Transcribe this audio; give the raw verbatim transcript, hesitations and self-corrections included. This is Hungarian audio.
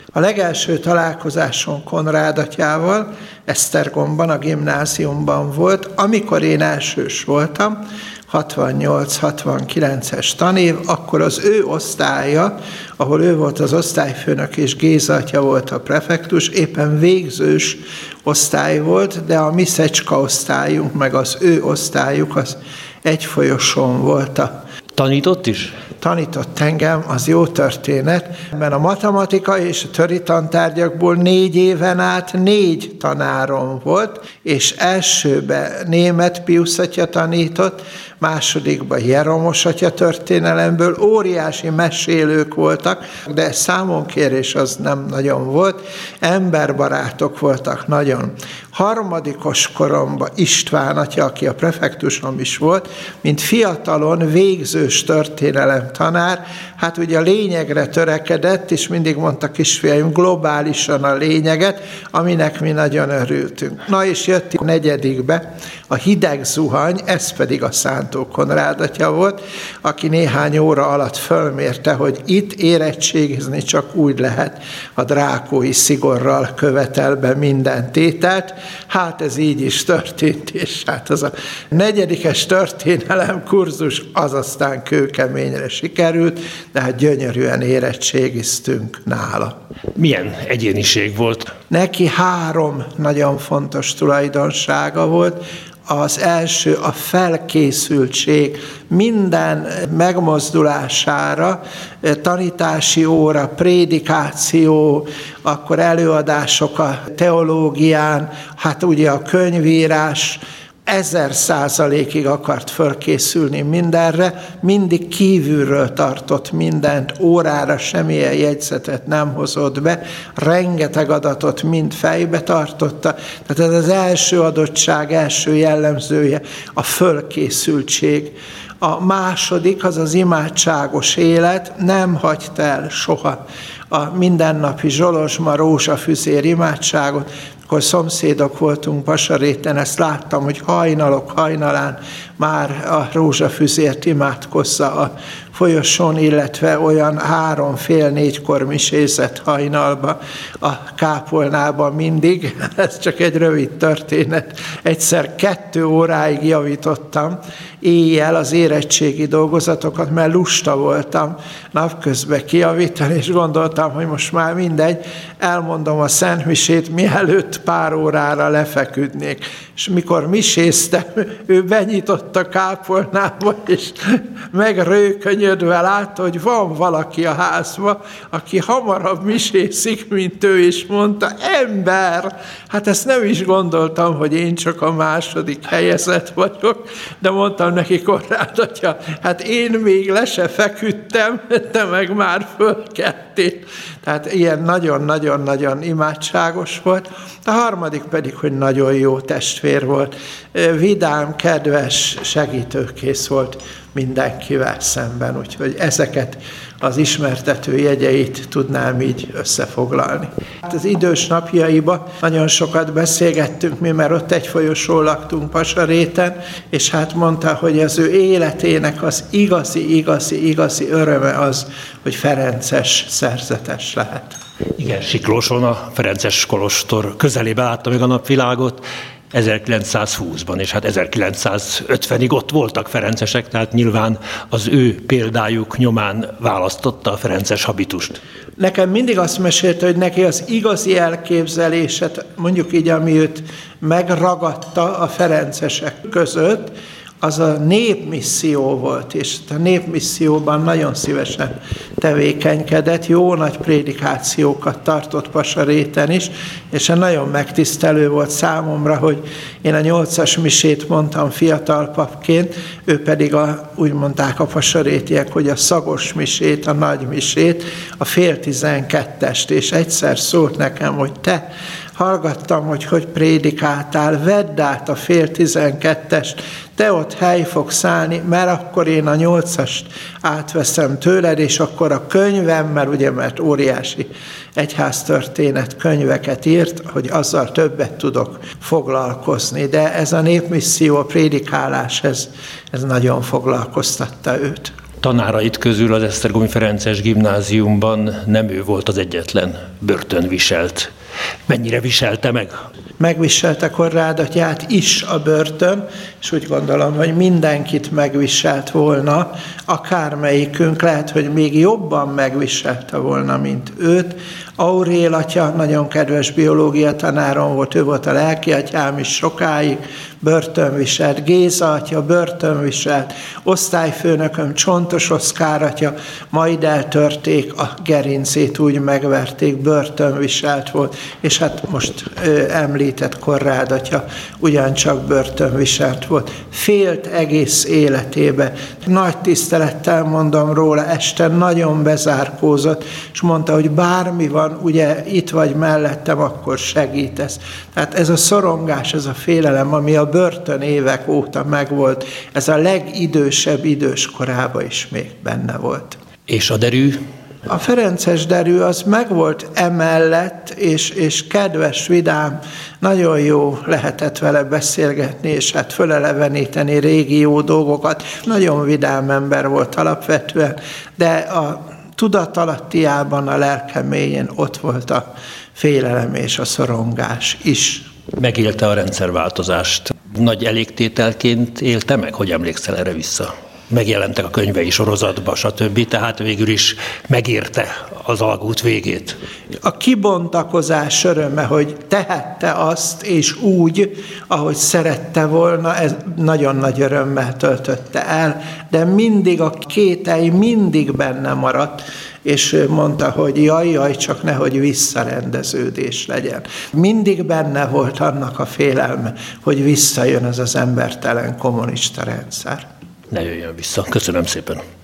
A legelső találkozáson Konrád atyával Esztergomban, a gimnáziumban volt, amikor én elsős voltam, hatvannyolc hatvankilences tanév, akkor az ő osztálya, ahol ő volt az osztályfőnök és Géza atya volt a prefektus, éppen végzős osztály volt, de a mi Szecska osztályunk, meg az ő osztályuk az egy folyosón volt. Tanított is? Tanított engem, az jó történet, mert a matematika és a töri tantárgyakból négy éven át négy tanárom volt, és elsőben német Piusz atya tanított, másodikban Jeromos atya történelemből, óriási mesélők voltak, de számonkérés az nem nagyon volt, emberbarátok voltak nagyon. Harmadikos koromban István atya, aki a prefektusom is volt, mint fiatalon végzős történelem tanár, hát ugye a lényegre törekedett, és mindig mondta kisfiaim globálisan a lényeget, aminek mi nagyon örültünk. Na és jött a negyedikbe a hideg zuhany, ez pedig a Szántó Konrád atya volt, aki néhány óra alatt fölmérte, hogy itt érettségizni csak úgy lehet, a drákói szigorral követel be minden tételt. Hát ez így is történt, és hát az a negyedikes történelem kurzus az aztán kőkeményre sikerült, de hát gyönyörűen érettségiztünk nála. Milyen egyéniség volt? Neki három nagyon fontos tulajdonsága volt. Az első a felkészültség, minden megmozdulására, tanítási óra, prédikáció, akkor előadások a teológián, hát ugye a könyvírás, ezer százalékig akart fölkészülni mindenre, mindig kívülről tartott mindent, órára semmilyen jegyzetet nem hozott be, rengeteg adatot mind fejbe tartotta, tehát ez az első adottság, első jellemzője, a fölkészültség. A második az az imádságos élet, nem hagyta el soha a mindennapi zsolozsma, rózsafüzér imádságot. Akkor szomszédok voltunk Basaréten, ezt láttam, hogy hajnalok hajnalán már a rózsafüzért imádkozza a folyosón, illetve olyan három fél négykor misézett hajnalba a kápolnában mindig. Ez csak egy rövid történet. Egyszer kettő óráig javítottam éjjel az érettségi dolgozatokat, mert lusta voltam napközben kijavítani, és gondoltam, hogy most már mindegy, elmondom a szentmisét, mielőtt pár órára lefeküdnék. És mikor miséztem, ő benyitott a kápolnába, és megrőkönyödve látta, hogy van valaki a házba, aki hamarabb misézik, mint ő, és mondta, ember! Hát ezt nem is gondoltam, hogy én csak a második helyezett vagyok, de mondtam neki, Konrád atya, hát én még le se feküdtem, te meg már fölkeltél. Tehát ilyen nagyon-nagyon-nagyon imádságos volt. A harmadik pedig, hogy nagyon jó testvér volt, vidám, kedves, segítőkész volt mindenkivel szemben, úgyhogy ezeket az ismertető jegyeit tudnám így összefoglalni. Hát az idős napjaiban nagyon sokat beszélgettünk mi, mert ott egy folyosón laktunk Basaréten, és hát mondta, hogy az ő életének az igazi, igazi, igazi öröme az, hogy ferences szerzetes lehet. Igen, Siklóson a ferences kolostor közelébe látta meg a napvilágot ezerkilencszázhúszban, és hát ezerkilencszázötvenig ott voltak ferencesek, tehát nyilván az ő példájuk nyomán választotta a ferences habitust. Nekem mindig azt mesélte, hogy neki az igazi elképzeléset, mondjuk így, ami őt megragadta a ferencesek között, az a népmisszió volt, és a népmisszióban nagyon szívesen tevékenykedett, jó nagy prédikációkat tartott Basaréten is, és nagyon megtisztelő volt számomra, hogy én a nyolcas misét mondtam fiatal papként, ő pedig a, úgy mondták a basarétiek, hogy a szagos misét, a nagy misét, a fél tizenkettest, és egyszer szólt nekem, hogy te, hallgattam, hogy hogy prédikáltál, vedd át a fél tizenkettest, te ott hely fogsz állni, mert akkor én a nyolcast átveszem tőled, és akkor a könyvemmel, ugye, mert óriási egyháztörténet könyveket írt, hogy azzal többet tudok foglalkozni. De ez a népmisszió, a prédikálás, ez, ez nagyon foglalkoztatta őt. tanárait közül az Esztergomi Ferences Gimnáziumban nem ő volt az egyetlen börtönviselt. Mennyire viselte meg? Megviselte Konrád atyát is a börtön, és úgy gondolom, hogy mindenkit megviselt volna, akármelyikünk lehet, hogy még jobban megviselte volna, mint őt. Aurél atya, nagyon kedves biológia tanárom volt, ő volt a lelkiatyám is sokáig, börtönviselt. Géza atya börtönviselt, osztályfőnököm Csontos Oszkár atya, majd eltörték a gerincét, úgy megverték, börtönviselt volt, és hát most ö, említett Konrád atya ugyancsak börtönviselt volt. Félt egész életébe. Nagy tisztelettel mondom róla, este nagyon bezárkózott, és mondta, hogy bármi van, ugye itt vagy mellettem, akkor segítesz. Tehát ez a szorongás, ez a félelem, ami a börtön évek óta megvolt, ez a legidősebb idős korában is még benne volt. És a derű? A ferences derű az megvolt emellett, és, és kedves, vidám, nagyon jó lehetett vele beszélgetni, és hát föleleveníteni régi jó dolgokat. Nagyon vidám ember volt alapvetően, de a tudatalattiában, a lelke mélyén ott volt a félelem és a szorongás is. Megélte a rendszerváltozást. Nagy elégtételként élte meg, hogy emlékszel erre vissza? Megjelentek a könyvei sorozatba, stb. Tehát végül is megérte az alkút végét. A kibontakozás öröme, hogy tehette azt, és úgy, ahogy szerette volna, ez nagyon nagy örömmel töltötte el, de mindig a kételj mindig benne maradt, és mondta, hogy jaj, jaj, csak nehogy visszarendeződés legyen. Mindig benne volt annak a félelme, hogy visszajön ez az embertelen kommunista rendszer. Ne jöjjön vissza. Köszönöm szépen.